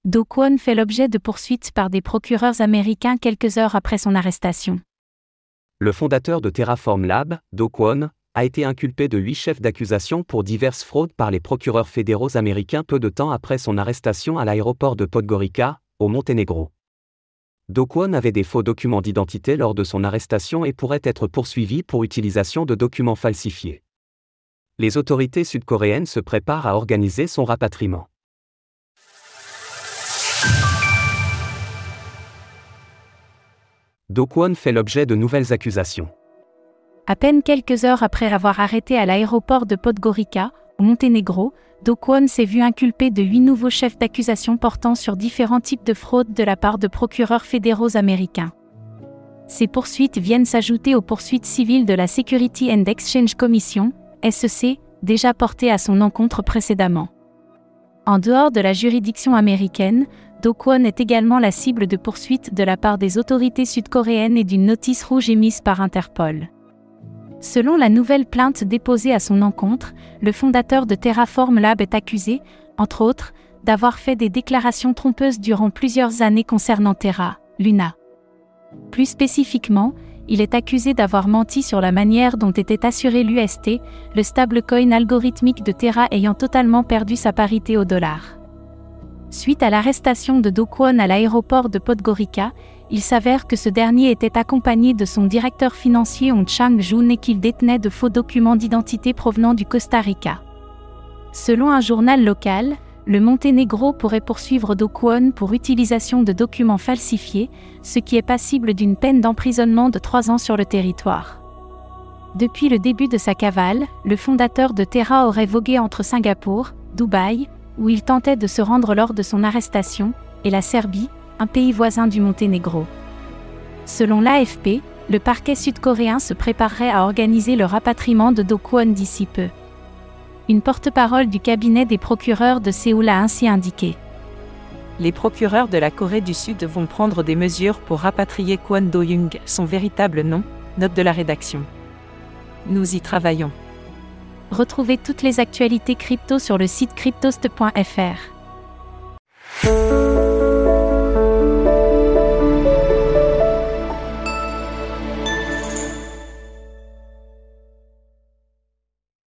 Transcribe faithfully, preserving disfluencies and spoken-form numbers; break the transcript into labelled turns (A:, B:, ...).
A: Do Kwon fait l'objet de poursuites par des procureurs américains quelques heures après son arrestation.
B: Le fondateur de Terraform Lab, Do Kwon, a été inculpé de huit chefs d'accusation pour diverses fraudes par les procureurs fédéraux américains peu de temps après son arrestation à l'aéroport de Podgorica, au Monténégro. Do Kwon avait des faux documents d'identité lors de son arrestation et pourrait être poursuivi pour utilisation de documents falsifiés. Les autorités sud-coréennes se préparent à organiser son rapatriement. Do Kwon fait l'objet de nouvelles accusations.
A: À peine quelques heures après avoir arrêté à l'aéroport de Podgorica, au Monténégro, Do Kwon s'est vu inculpé de huit nouveaux chefs d'accusation portant sur différents types de fraudes de la part de procureurs fédéraux américains. Ces poursuites viennent s'ajouter aux poursuites civiles de la Security and Exchange Commission, S E C, déjà portées à son encontre précédemment. En dehors de la juridiction américaine, Do Kwon est également la cible de poursuites de la part des autorités sud-coréennes et d'une notice rouge émise par Interpol. Selon la nouvelle plainte déposée à son encontre, le fondateur de Terraform Lab est accusé, entre autres, d'avoir fait des déclarations trompeuses durant plusieurs années concernant Terra, Luna. Plus spécifiquement, il est accusé d'avoir menti sur la manière dont était assuré l'U S T, le stablecoin algorithmique de Terra ayant totalement perdu sa parité au dollar. Suite à l'arrestation de Do Kwon à l'aéroport de Podgorica, il s'avère que ce dernier était accompagné de son directeur financier Hong Chang-jun et qu'il détenait de faux documents d'identité provenant du Costa Rica. Selon un journal local, le Monténégro pourrait poursuivre Do Kwon pour utilisation de documents falsifiés, ce qui est passible d'une peine d'emprisonnement de trois ans sur le territoire. Depuis le début de sa cavale, le fondateur de Terra aurait vogué entre Singapour, Dubaï, où il tentait de se rendre lors de son arrestation, et la Serbie, un pays voisin du Monténégro. Selon l'A F P, le parquet sud-coréen se préparerait à organiser le rapatriement de Do Kwon d'ici peu. Une porte-parole du cabinet des procureurs de Séoul a ainsi indiqué.
C: Les procureurs de la Corée du Sud vont prendre des mesures pour rapatrier Kwon Do-young, son véritable nom, note de la rédaction. Nous y travaillons.
A: Retrouvez toutes les actualités crypto sur le site cryptost point f r.